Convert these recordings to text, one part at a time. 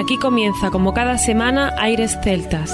Aquí comienza, como cada semana, Aires Celtas.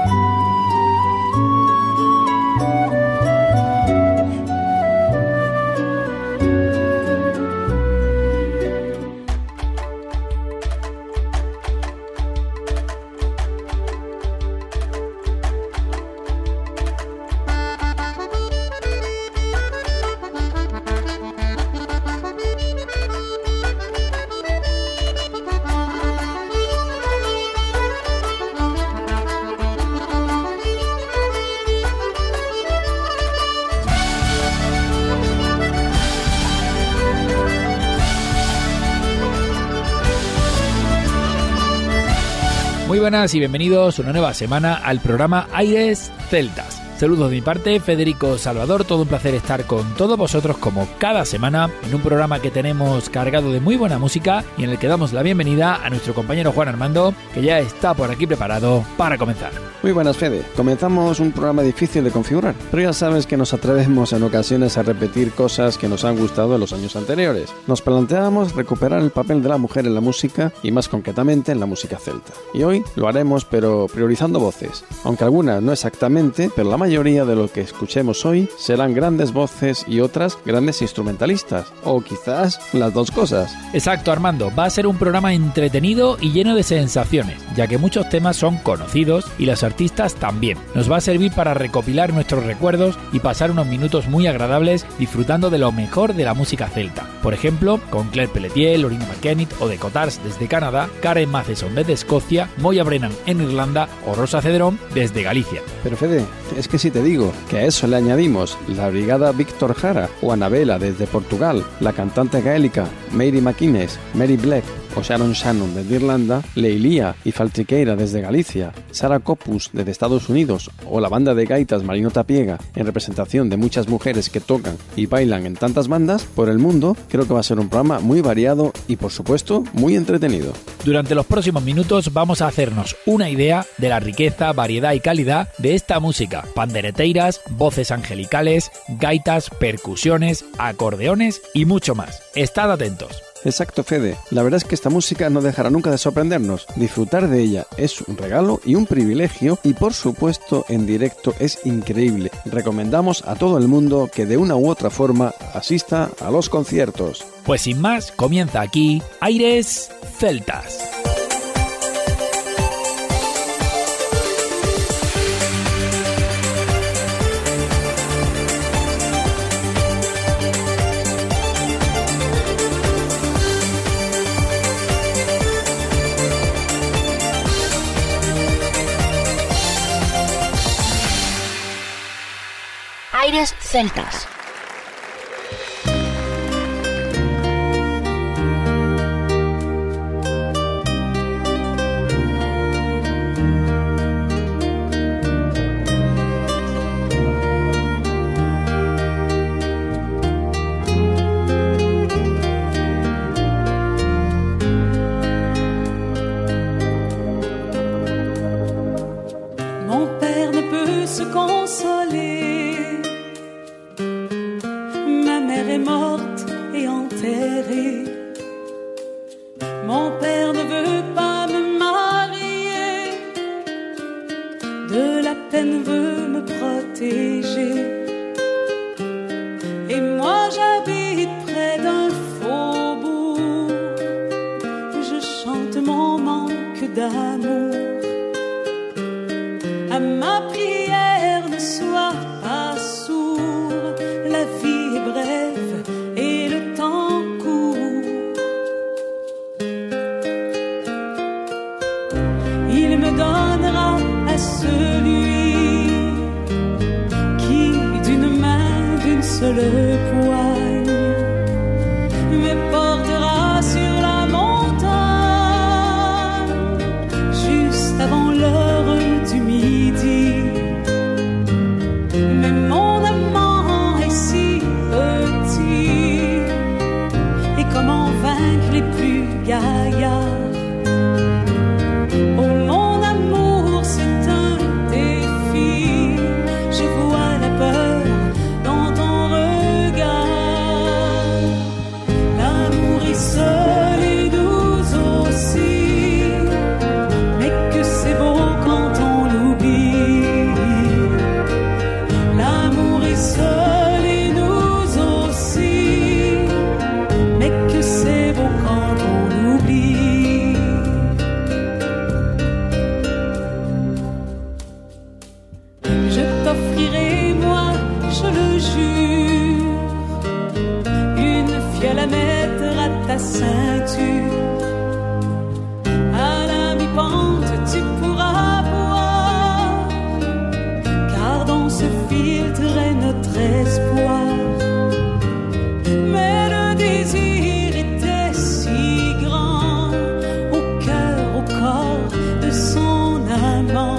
Muy buenas y bienvenidos una nueva semana al programa Aires Celtas. Saludos de mi parte, Federico Salvador, todo un placer estar con todos vosotros como cada semana en un programa que tenemos cargado de muy buena música y en el que damos la bienvenida a nuestro compañero Juan Armando, que ya está por aquí preparado para comenzar. Muy buenas, Fede. Comenzamos un programa difícil de configurar, pero ya sabes que nos atrevemos en ocasiones a repetir cosas que nos han gustado en los años anteriores. Nos planteamos recuperar el papel de la mujer en la música y más concretamente en la música celta. Y hoy lo haremos, pero priorizando voces, aunque algunas no exactamente, pero la mayoría de lo que escuchemos hoy serán grandes voces y otras grandes instrumentalistas, o quizás las dos cosas. Exacto, Armando, va a ser un programa entretenido y lleno de sensaciones, ya que muchos temas son conocidos y los artistas también. Nos va a servir para recopilar nuestros recuerdos y pasar unos minutos muy agradables disfrutando de lo mejor de la música celta. Por ejemplo, con Claire Pelletier, Lorina McKennitt o The Cotars desde Canadá, Karen Matheson desde Escocia, Moya Brennan en Irlanda o Rosa Cedrón desde Galicia. Pero Fede, es que si te digo que a eso le añadimos la brigada Víctor Jara o Anabela desde Portugal, la cantante gaélica Mary McInnes, Mary Black o Sharon Shannon desde Irlanda, Leilia y Faltriqueira desde Galicia, Sara Copus desde Estados Unidos o la banda de gaitas Marino Tapiega en representación de muchas mujeres que tocan y bailan en tantas bandas por el mundo, creo que va a ser un programa muy variado y por supuesto muy entretenido. Durante los próximos minutos vamos a hacernos una idea de la riqueza, variedad y calidad de esta música: pandereteiras, voces angelicales, gaitas, percusiones, acordeones y mucho más. Estad atentos. Exacto, Fede. La verdad es que esta música no dejará nunca de sorprendernos. Disfrutar de ella es un regalo y un privilegio y por supuesto en directo es increíble. Recomendamos a todo el mundo que de una u otra forma asista a los conciertos. Pues sin más, comienza aquí Aires Celtas. Aires Celtas. Mon père ne peut se consoler. Ma mère est morte et enterrée. Mon père ne veut pas me marier. De la peine veut me protéger. Et moi j'habite près d'un faubourg. Je chante mon manque d'amour. À ma prière ne sois pas sourd. La vie est brève et le temps court. Il me donnera à celui qui d'une main, d'une seule poigne me portera sur la montagne juste avant l'heure du midi. Mais mon amant est si petit, et comment vaincre les plus gaillards? Oh mon amour, c'est un défi. Je vois la peur dans ton regard. L'amour est une fiole à mettre à ta ceinture. À la mi-pente, tu pourras boire, car dans ce filtre est notre espoir. Mais le désir était si grand, au cœur, au corps de son amant.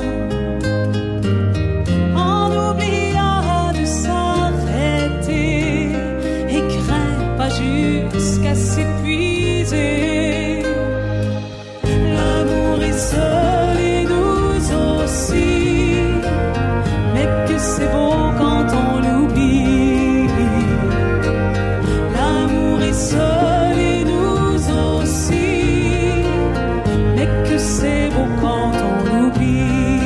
Jusqu'à s'épuiser. L'amour est seul et nous aussi, mais que c'est beau quand on l'oublie. L'amour est seul et nous aussi, mais que c'est beau quand on l'oublie.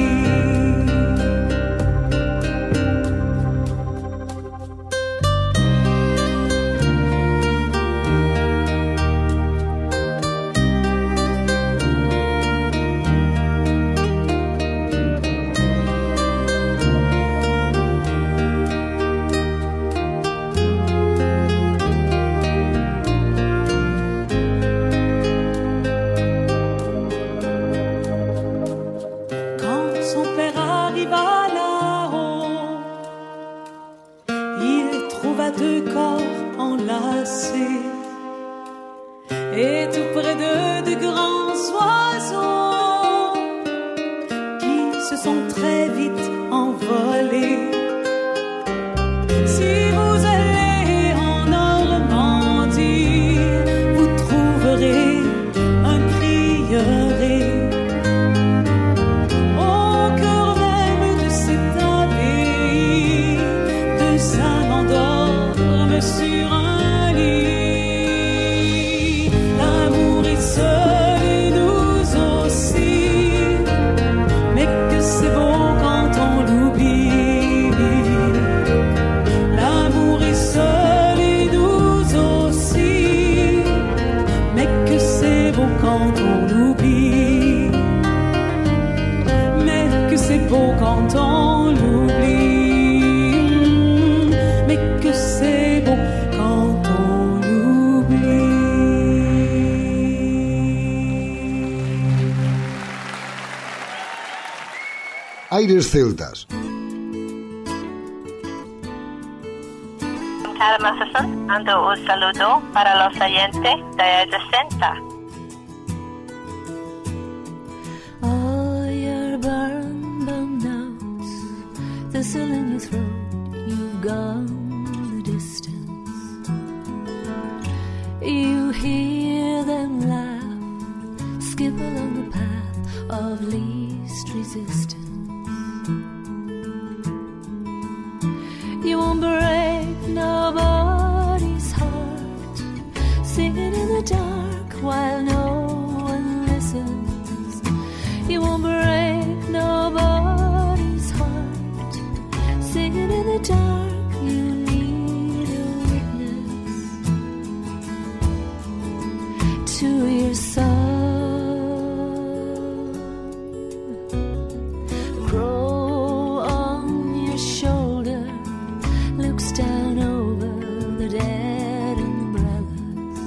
Et tout près d'eux, de grands oiseaux qui se sont très vite envolés. Si vous allez en Normandie, vous trouverez un prieuré au cœur même de cette abbaye. Deux âmes endorment sur un lit. Seul et nous aussi, mais que c'est beau quand on l'oublie. L'amour est seul et nous aussi, mais que c'est beau quand on l'oublie. Mais que c'est beau quand on l'oublie. Mais que c'est beau quand on l'oublie. Aires celtas. Karamazovsson, ando un saludo para los oyentes de Aires Celtas. All your burned notes, thistle in your throat, you've gone the distance. You hear them laugh, skip along the path of least resistance. You won't break nobody's heart, singing in the dark while no one listens. You won't break nobody's heart, singing in the dark. You need a witness to your song. Crow on your shoulder looks down over the dead umbrellas.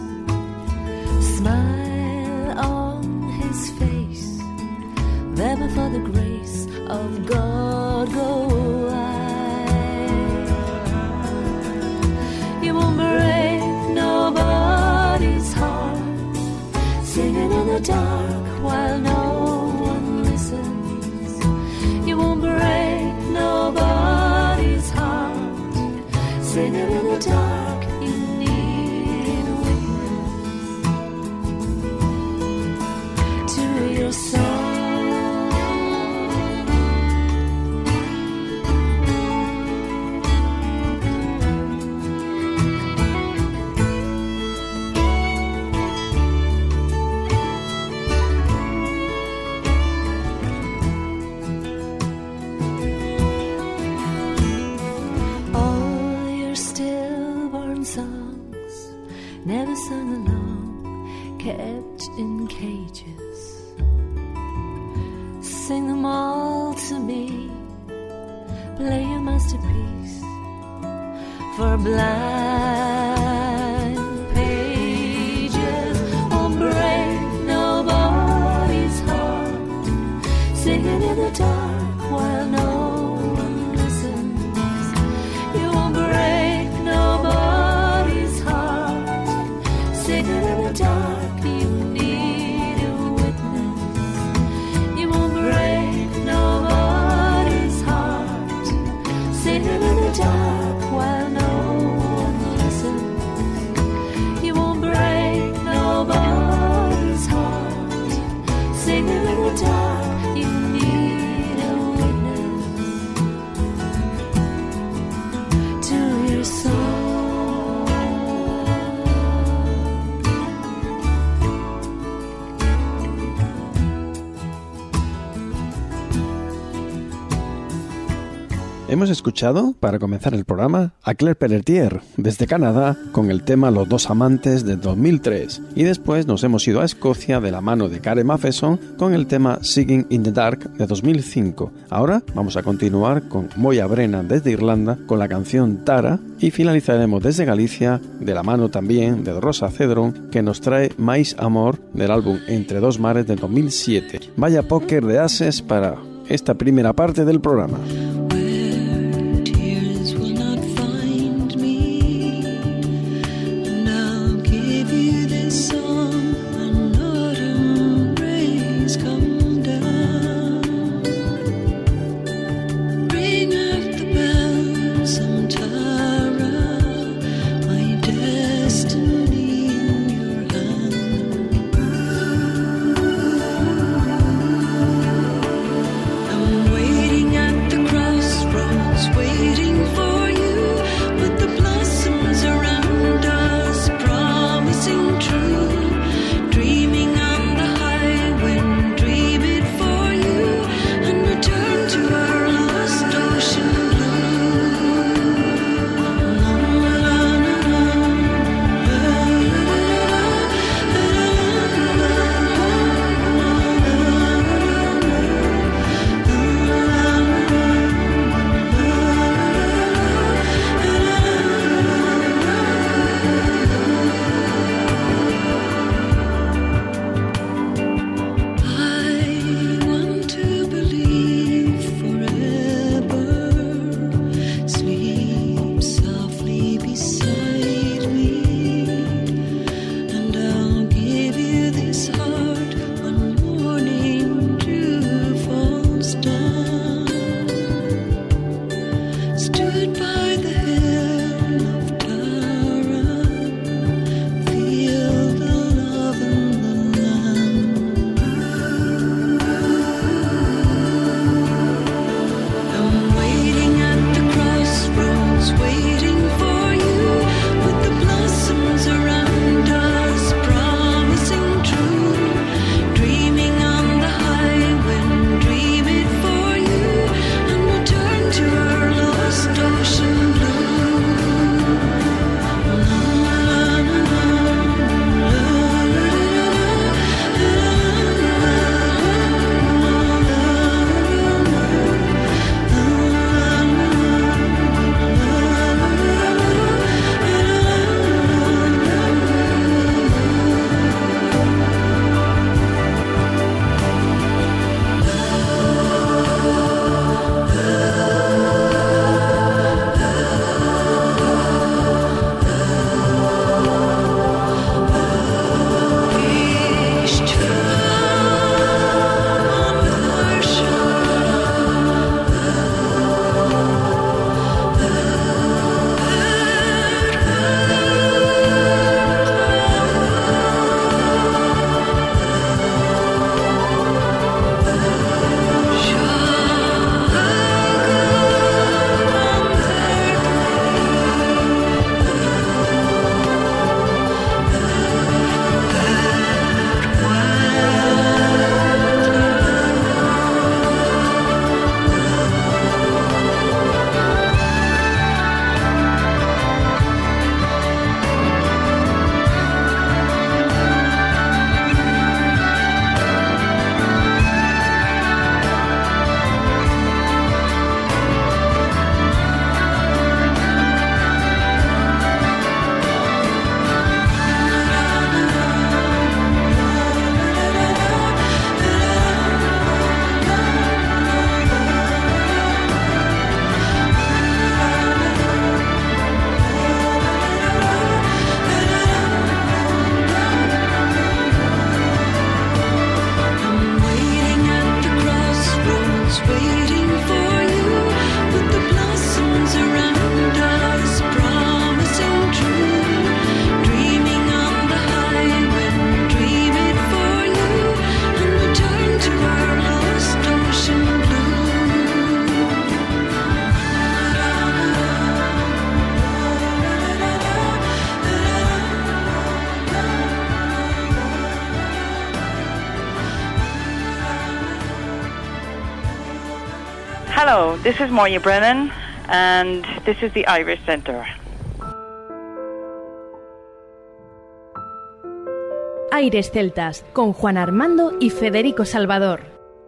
Smile on his face, there before the grace of God go I. You won't break nobody's heart, singing in the dark while no one listens. You won't break nobody's heart, singing in the dark. You need a witness to your song. Never sung along, kept in cages. Sing them all to me, play your masterpiece for blind pages won't break nobody's heart, singing in the dark while no one listens. You won't break nobody's heart, singing in the dark. You need a witness. You won't break nobody's heart, singing in the dark while no one listens. You won't break nobody's heart, singing in the dark. You need a witness to your soul. Hemos escuchado, para comenzar el programa, a Claire Pelletier, desde Canadá, con el tema Los dos amantes de 2003. Y después nos hemos ido a Escocia de la mano de Karen Matheson con el tema Singing in the Dark de 2005. Ahora vamos a continuar con Moya Brennan desde Irlanda con la canción Tara y finalizaremos desde Galicia de la mano también de Rosa Cedrón, que nos trae Mais Amor del álbum Entre dos mares de 2007. Vaya póker de ases para esta primera parte del programa. Waiting at the cross. Hello, this is Moya Brennan, and this is the Irish Centre. Aires Celtas, con Juan Armando y Federico Salvador.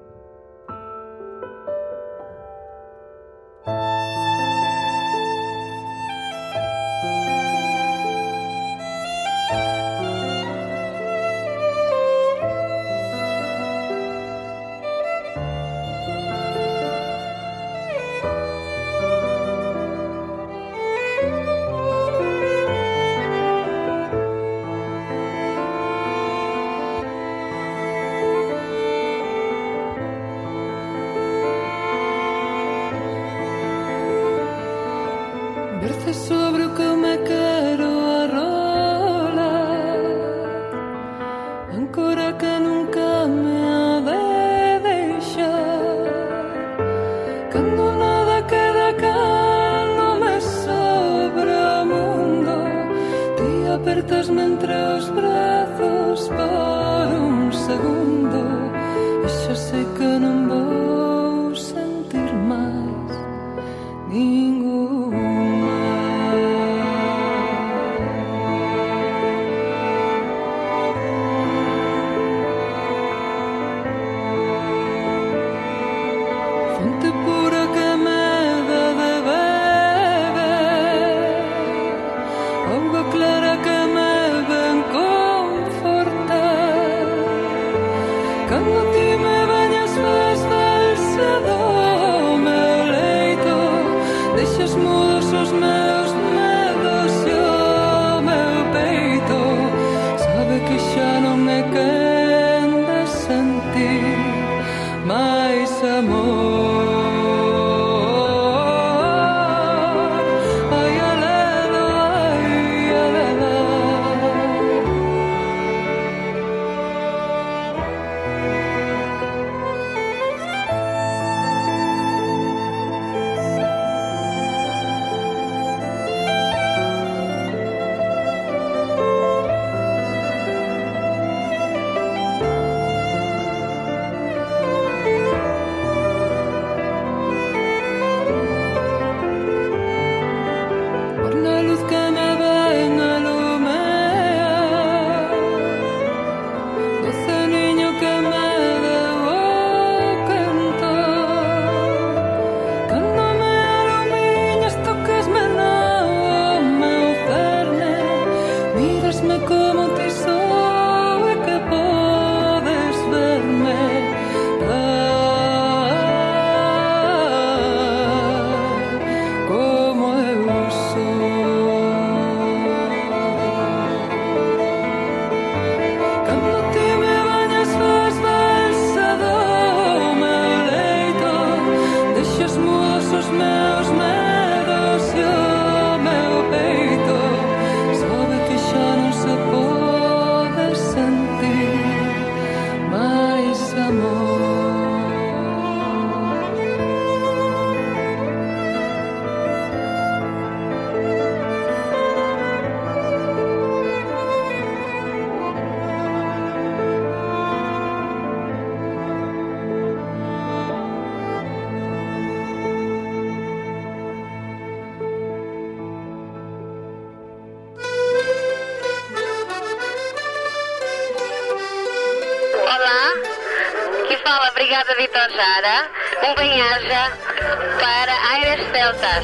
Brigada Vitor Jara, bem-aja para Aires Celtas.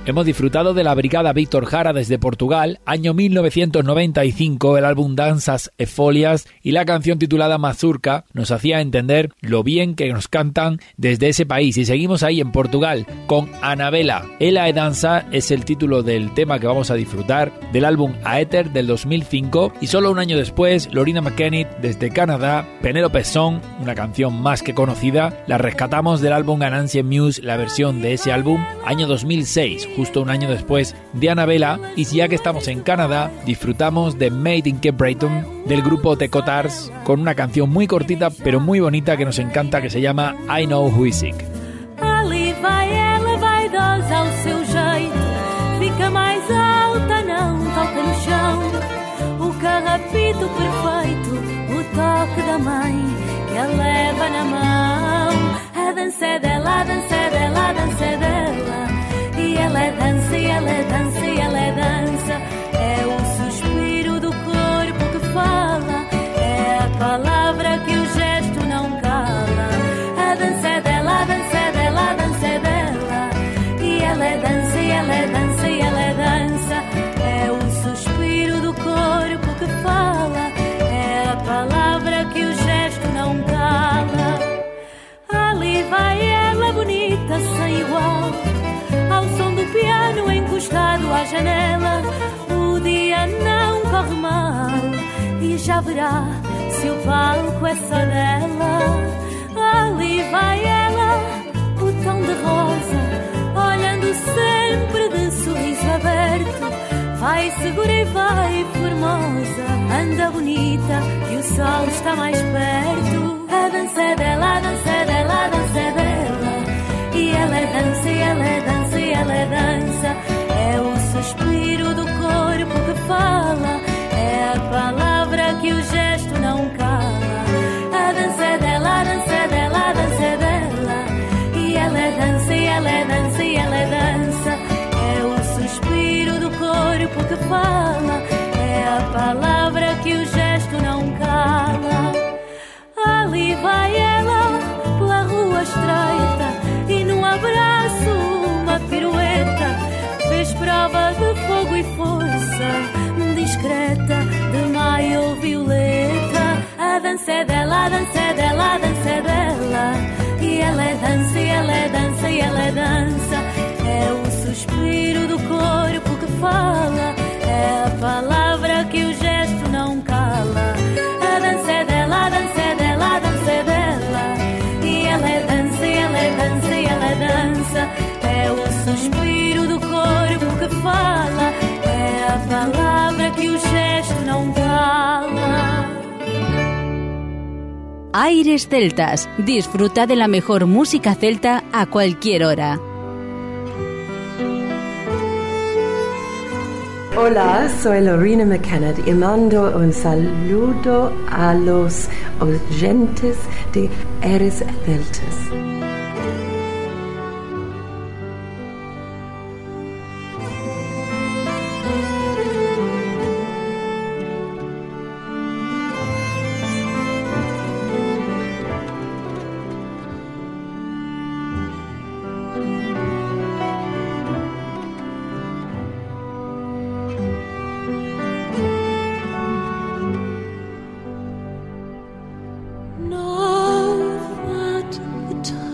Hemos disfrutado de la Brigada Víctor Jara desde Portugal, año 1995, el álbum Danças e Folias, y la canción titulada Mazurca nos hacía entender lo bien que nos cantan desde ese país. Y seguimos ahí en Portugal con Anabela. Ela e Dança es el título del tema que vamos a disfrutar del álbum Aether del 2005, y solo un año después Lorina McKennitt desde Canadá, Penélope Song, una canción más que conocida, la rescatamos del álbum Anansi Muse, la versión de ese álbum, año 2006, justo un año después de Anabela. Y ya que estamos en Canadá, disfrutamos de Made in Cape Breton del grupo The Cotars, con una canción muy cortita pero muy bonita que nos encanta, que se llama I Know Who Is Sick. Ali vai, ela vaidosa ao seu jeito, fica mais alta, não toca no chão. O carrapito perfeito, o toque da mãe que a leva na mão. A dança é dela, a dança é dela, a dança é dela. E ela é dança, e ela é dança, e ela é dança. É o suspiro do corpo que fala, é a palavra que o gesto não cala. A dança é dela, a dança é dela, a dança é dela. E ela é dança, e ela é dança, e ela é dança. É o suspiro do corpo que fala, é a palavra que o gesto não cala. Ali vai ela bonita, sem igual, ao som do piano encostado à janela. O dia não corre mal e já verá se o palco é só dela. Ali vai ela, o tom de rosa, olhando sempre de sorriso aberto. Vai segura e vai formosa, anda bonita e o sol está mais perto. A dança é dela, a dança é dela, a dança é dela. E ela é dança, e ela é dança, e ela é dança. É o suspiro do corpo que fala, é a palavra que o gesto não cala. A dança é dela, a dança é dela, a dança é dela. E ela é dança, e ela é dança, e ela é dança. É o suspiro do corpo que fala, é a palavra que o gesto não cala. Ali vai ela pela rua estreita e num abraço uma pirueta. Fez prova de fogo e força, discreta, de maio ou violeta. A dança é dela, a dança é dela, a dança é dela. E ela é dança, e ela é dança, e ela é dança. É o suspiro do corpo que fala, é a palavra que o gesto não cala. A dança é dela, a dança é dela, a dança é dela. E ela é dança, e ela é dança, e ela é dança. É o suspiro do corpo que fala, é a palavra que o gesto não cala. Aires Celtas. Disfruta de la mejor música celta a cualquier hora. Hola, soy Lorina McKennitt y mando un saludo a los oyentes de Aires Celtas. Know what the time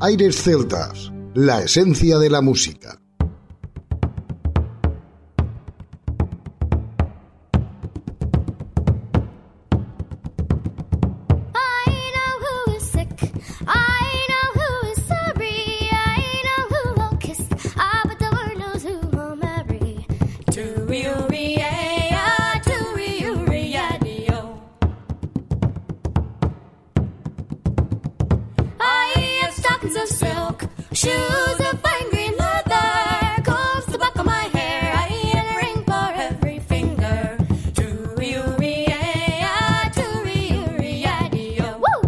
Aires celtas, la esencia de la música. Shoes of fine green leather, combs the back of my hair, and a ring for every finger. Toorie-oorie-ay-ah, woo!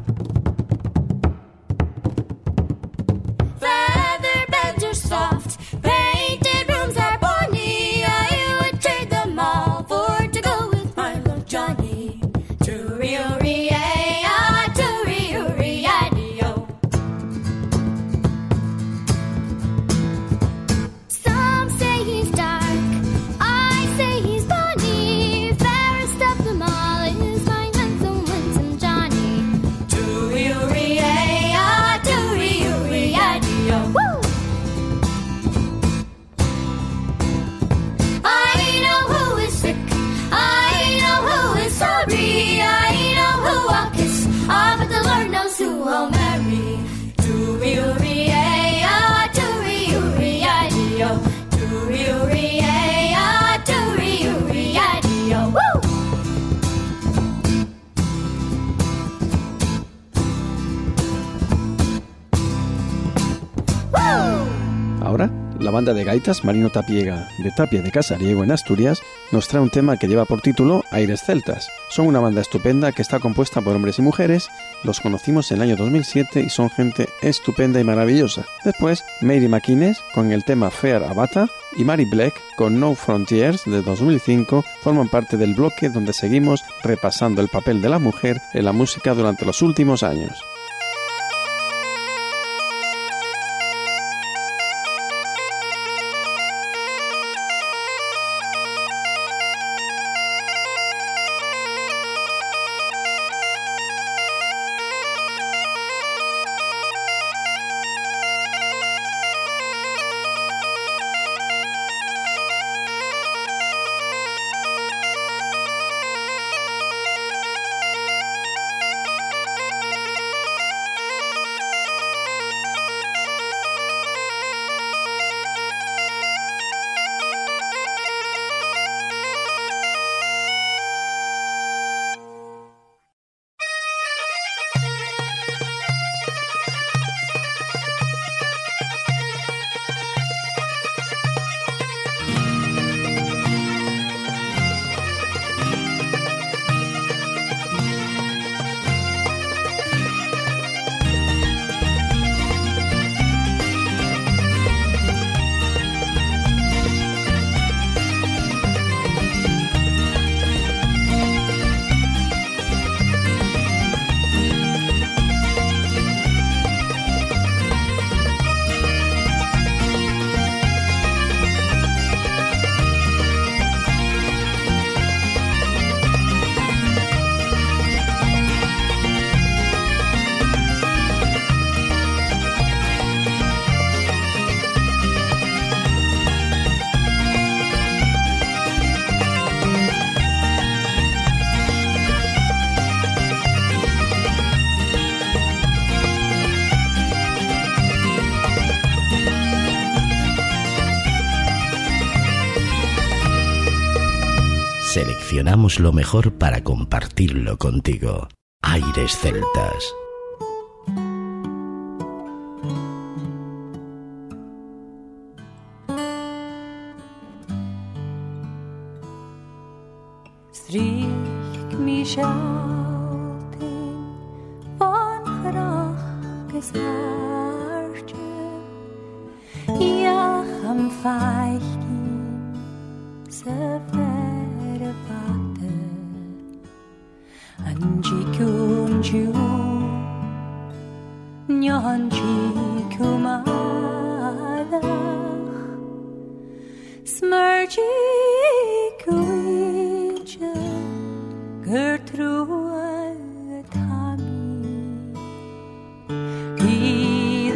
Feather beds are soft, painted rooms are bonny. I would trade them all for to go with my little Johnny. Toorie-oorie-ay-ah, toorie-oorie-ay-oh. Ahora, la banda de gaitas Marino Tapiega, de Tapia de Casariego en Asturias, nos trae un tema que lleva por título Aires celtas. Son una banda estupenda que está compuesta por hombres y mujeres. Los conocimos en el año 2007 y son gente estupenda y maravillosa. Después, Mary McInnes con el tema Fair Abata y Mary Black con No Frontiers de 2005 forman parte del bloque donde seguimos repasando el papel de la mujer en la música durante los últimos años. Seleccionamos lo mejor para compartirlo contigo. Aires celtas. Stryk mi sjálfin van graag gesarte. Ja, am feichten se verre vate. Anji kunju, nyanji kumala. Smerji kuija, Gertrude Tami.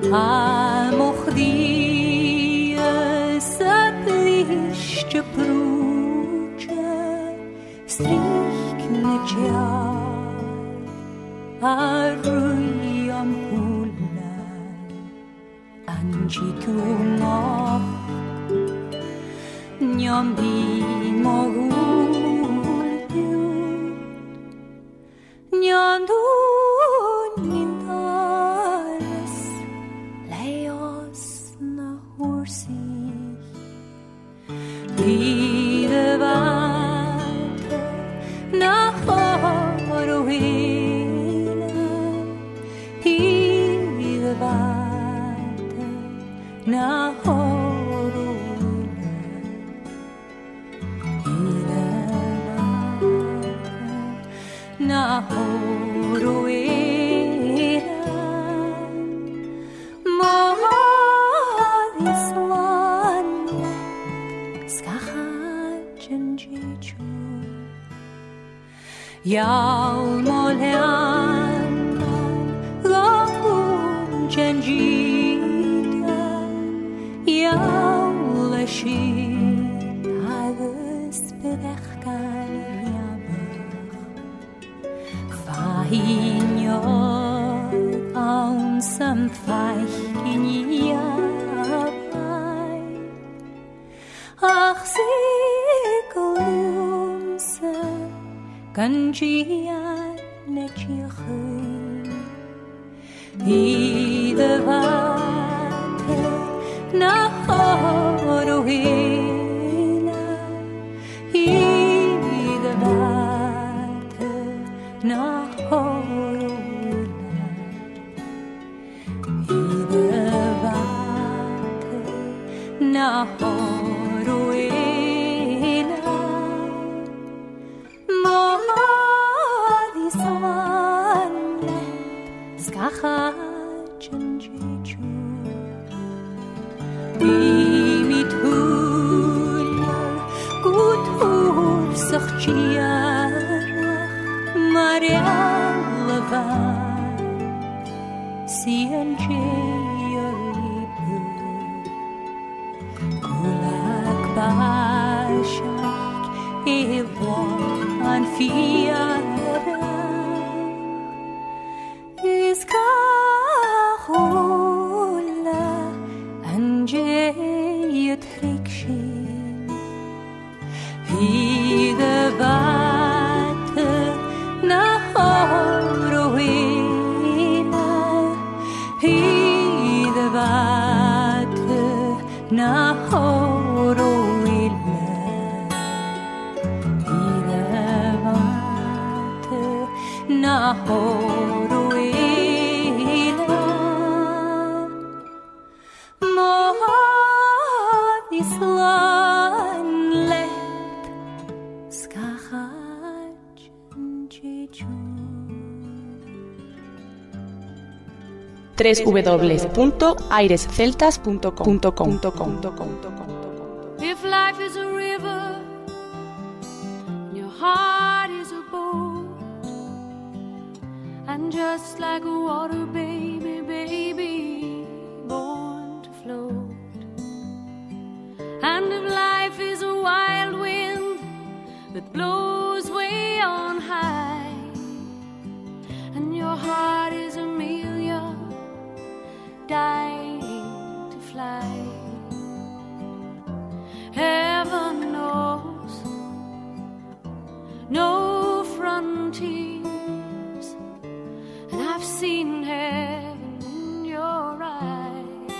www.airesceltas.com. If life is a river, your heart is a boat, and just like a water baby, baby, born to float. And if life is a wild wind that blows way on high, and your heart is Amelia, dying to fly, heaven knows no frontiers, and I've seen heaven in your eyes.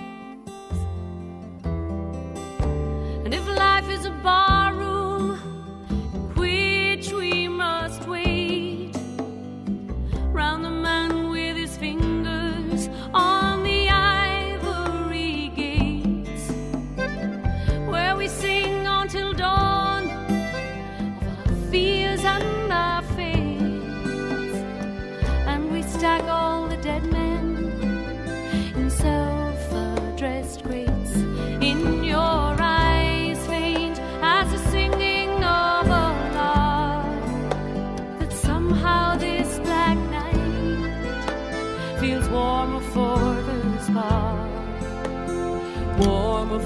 And if life is a barroom in which we must wait round the man with his fingers on the ivory gates, where we sing until dawn of our fears and our fates, and we stack all the dead men in sulphur-dressed crates. In your eyes faint as the singing of a lark, that somehow this black night feels warmer for the spark.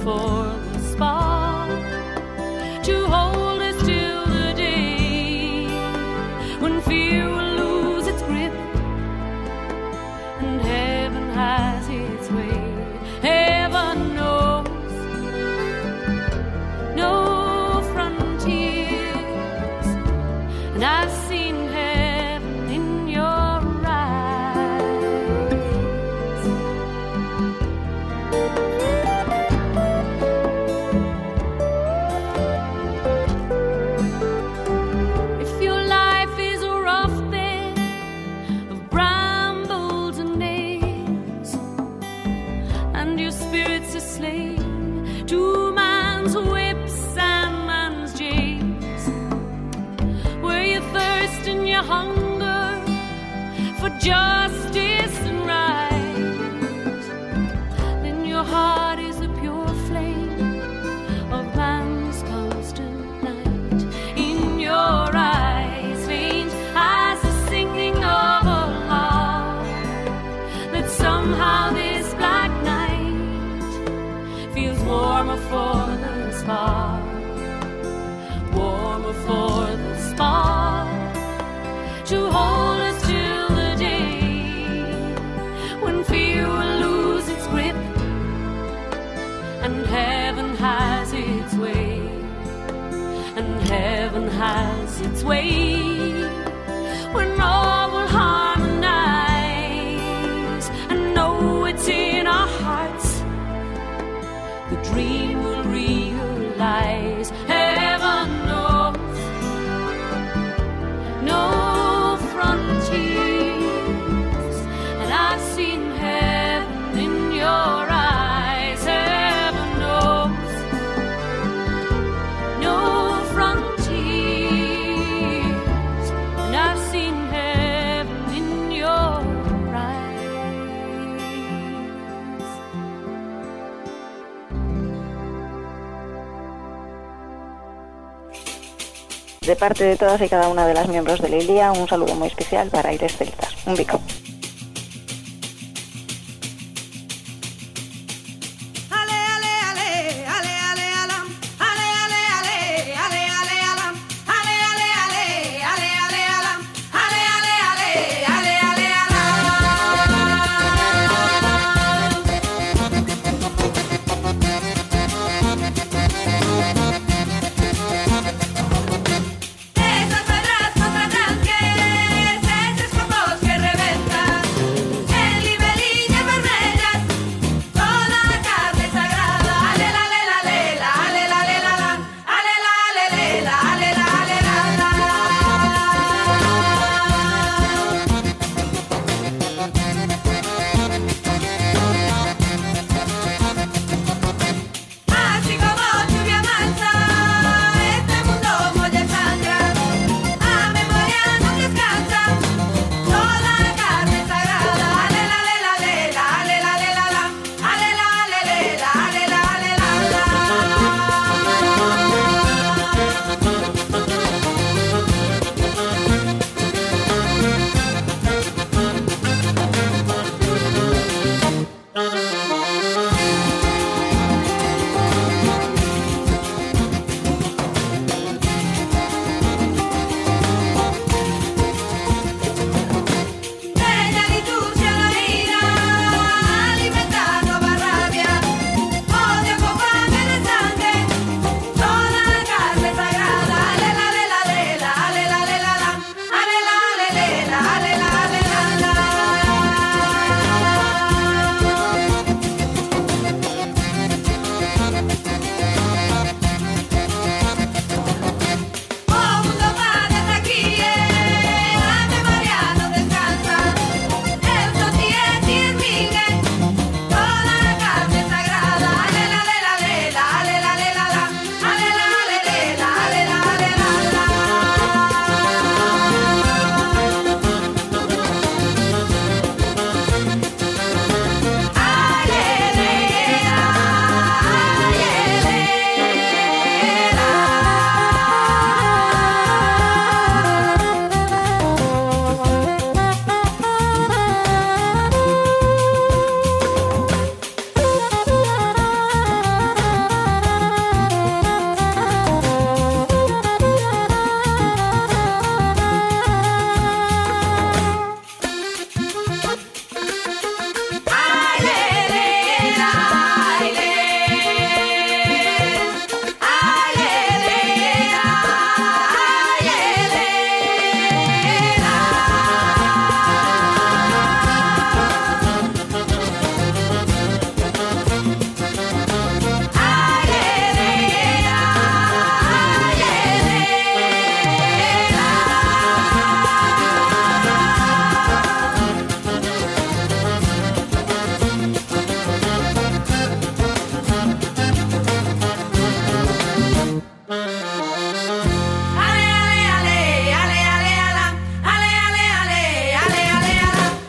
for the spark to hold us till the day when fear will lose its grip and heaven has its way. Heaven knows no frontiers, and I've seen heaven in your eyes. If your life is a rough bed of brambles and nails, and your spirit's a slave to man's whips and man's jails, where you thirst and you hunger for justice and right, then your heart is the pure flame of man's constant night. In your eyes, faint as the singing of a lark, that somehow this black night feels warmer for the spark, warmer for the spark to hold us till the day when fear will lose its grip and heaven has its way, and heaven has its way, when all will harmonize and know it's in our hearts, the dream will realize. Heaven knows no frontiers, and I've seen heaven in your eyes. Heaven knows no frontiers, and I've seen heaven in your eyes. De parte de todas y cada una de las miembros de Lilia, un saludo muy especial para Aires Celtas. Un bico. Esas pedras contra tanques, esos copos que reventan.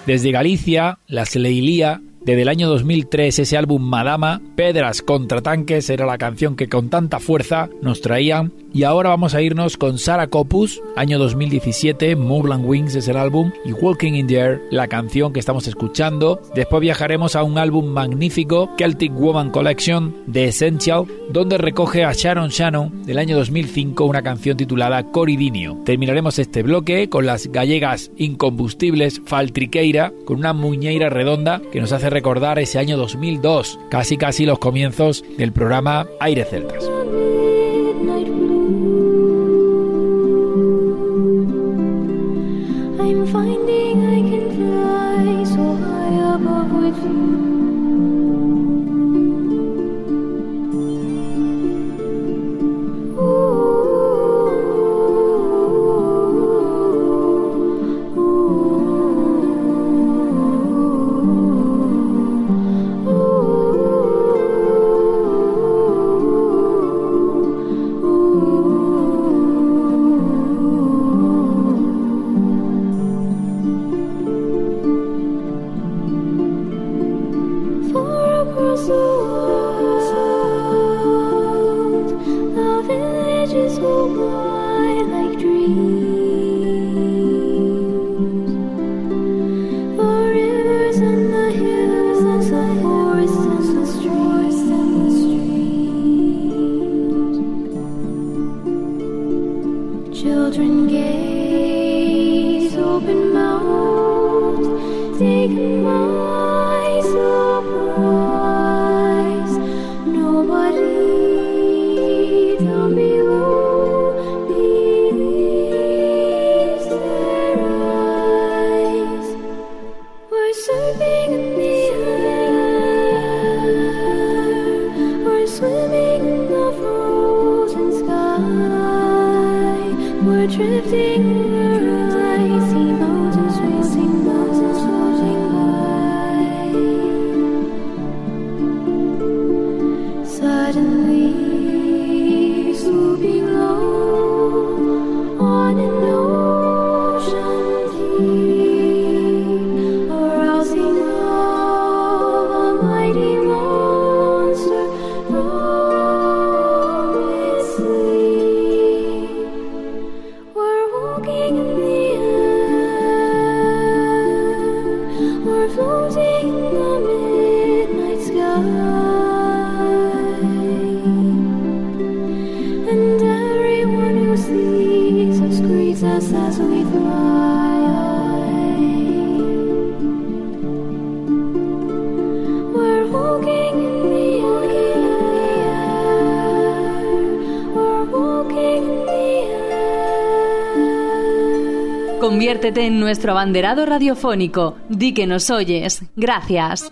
Desde Galicia, Las Leilía, desde el año 2003, ese álbum Madama, Pedras contra Tanques era la canción que con tanta fuerza nos traían. Y ahora vamos a irnos con Sarah Copus, año 2017, Moorland Wings es el álbum, y Walking in the Air, la canción que estamos escuchando. Después viajaremos a un álbum magnífico, Celtic Woman Collection, The Essential, donde recoge a Sharon Shannon, del año 2005, una canción titulada Coridinio. Terminaremos este bloque con las gallegas incombustibles Faltriqueira, con una muñeira redonda que nos hace recordar ese año 2002, casi los comienzos del programa Aires Celtas. I'm finding I can fly so high above with you. Children gaze open mouthed, taken by surprise. Nobody down below believes their eyes. We're surfing in the air, we're swimming in the frozen sky. We're drifting over icy mountains, racing mountains floating by. Suddenly, swooping low on an ocean deep, arousing of a mighty monster from its sleep. We're walking in the air, we're floating in the midnight sky, and everyone who sees us greets us as we fly. We're walking in the air, we're walking in the air. Conviértete en nuestro abanderado radiofónico. Di que nos oyes. Gracias.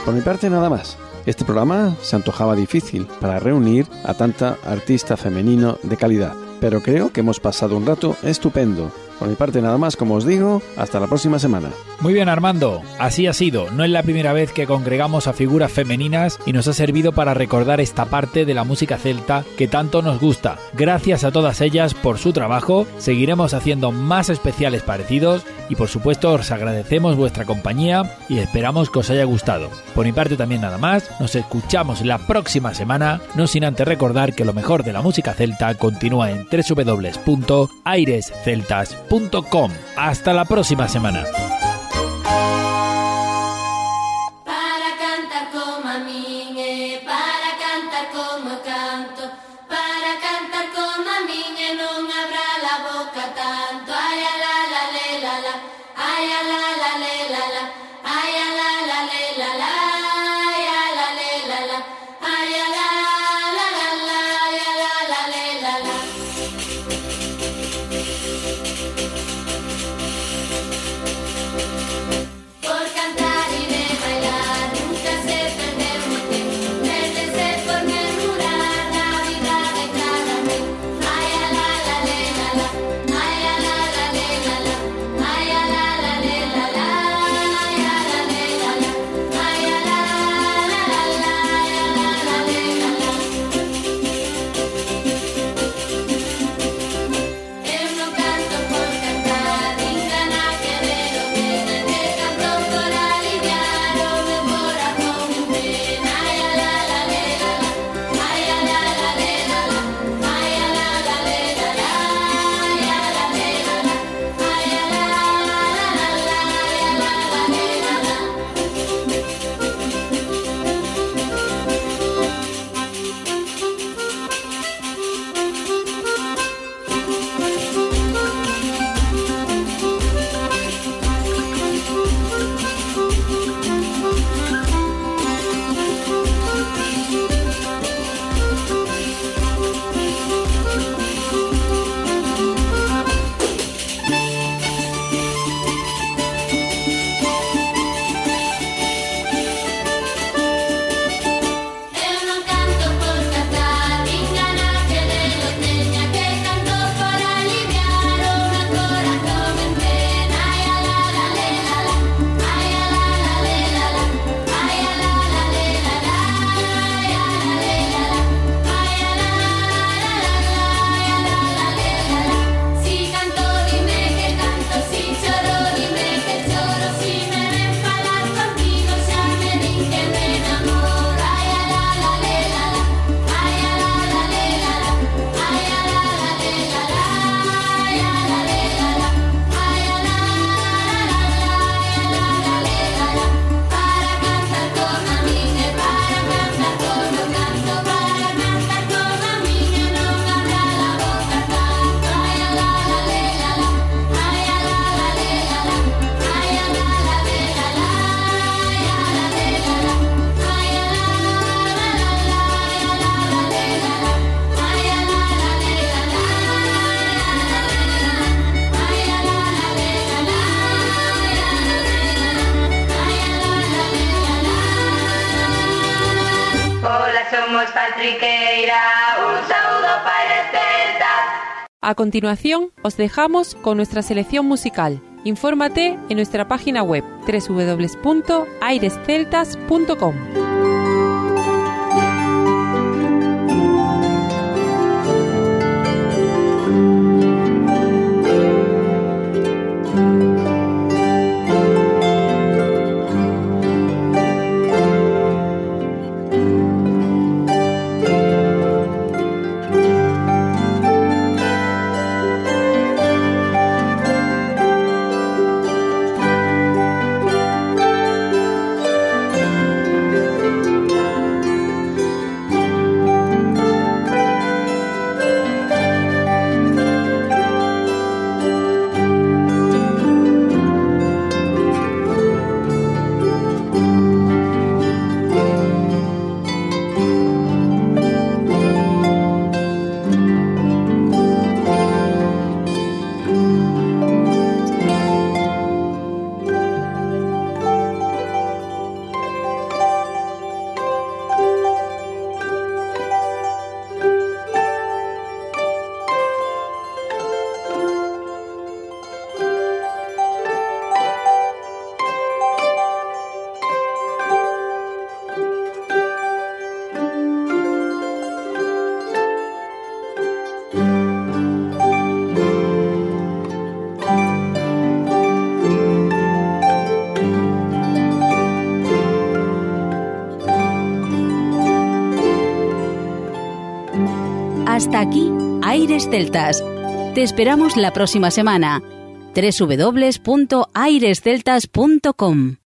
Por mi parte nada más. Este programa se antojaba difícil para reunir a tanta artista femenino de calidad, pero creo que hemos pasado un rato estupendo. Por mi parte nada más, como os digo, hasta la próxima semana. Muy bien, Armando, así ha sido. No es la primera vez que congregamos a figuras femeninas y nos ha servido para recordar esta parte de la música celta que tanto nos gusta. Gracias a todas ellas por su trabajo, seguiremos haciendo más especiales parecidos y por supuesto os agradecemos vuestra compañía y esperamos que os haya gustado. Por mi parte también nada más, nos escuchamos la próxima semana, no sin antes recordar que lo mejor de la música celta continúa en www.airesceltas.com. Hasta la próxima semana. A continuación, os dejamos con nuestra selección musical. Infórmate en nuestra página web www.airesceltas.com. Hasta aquí, Aires Celtas. Te esperamos la próxima semana. www.airesceltas.com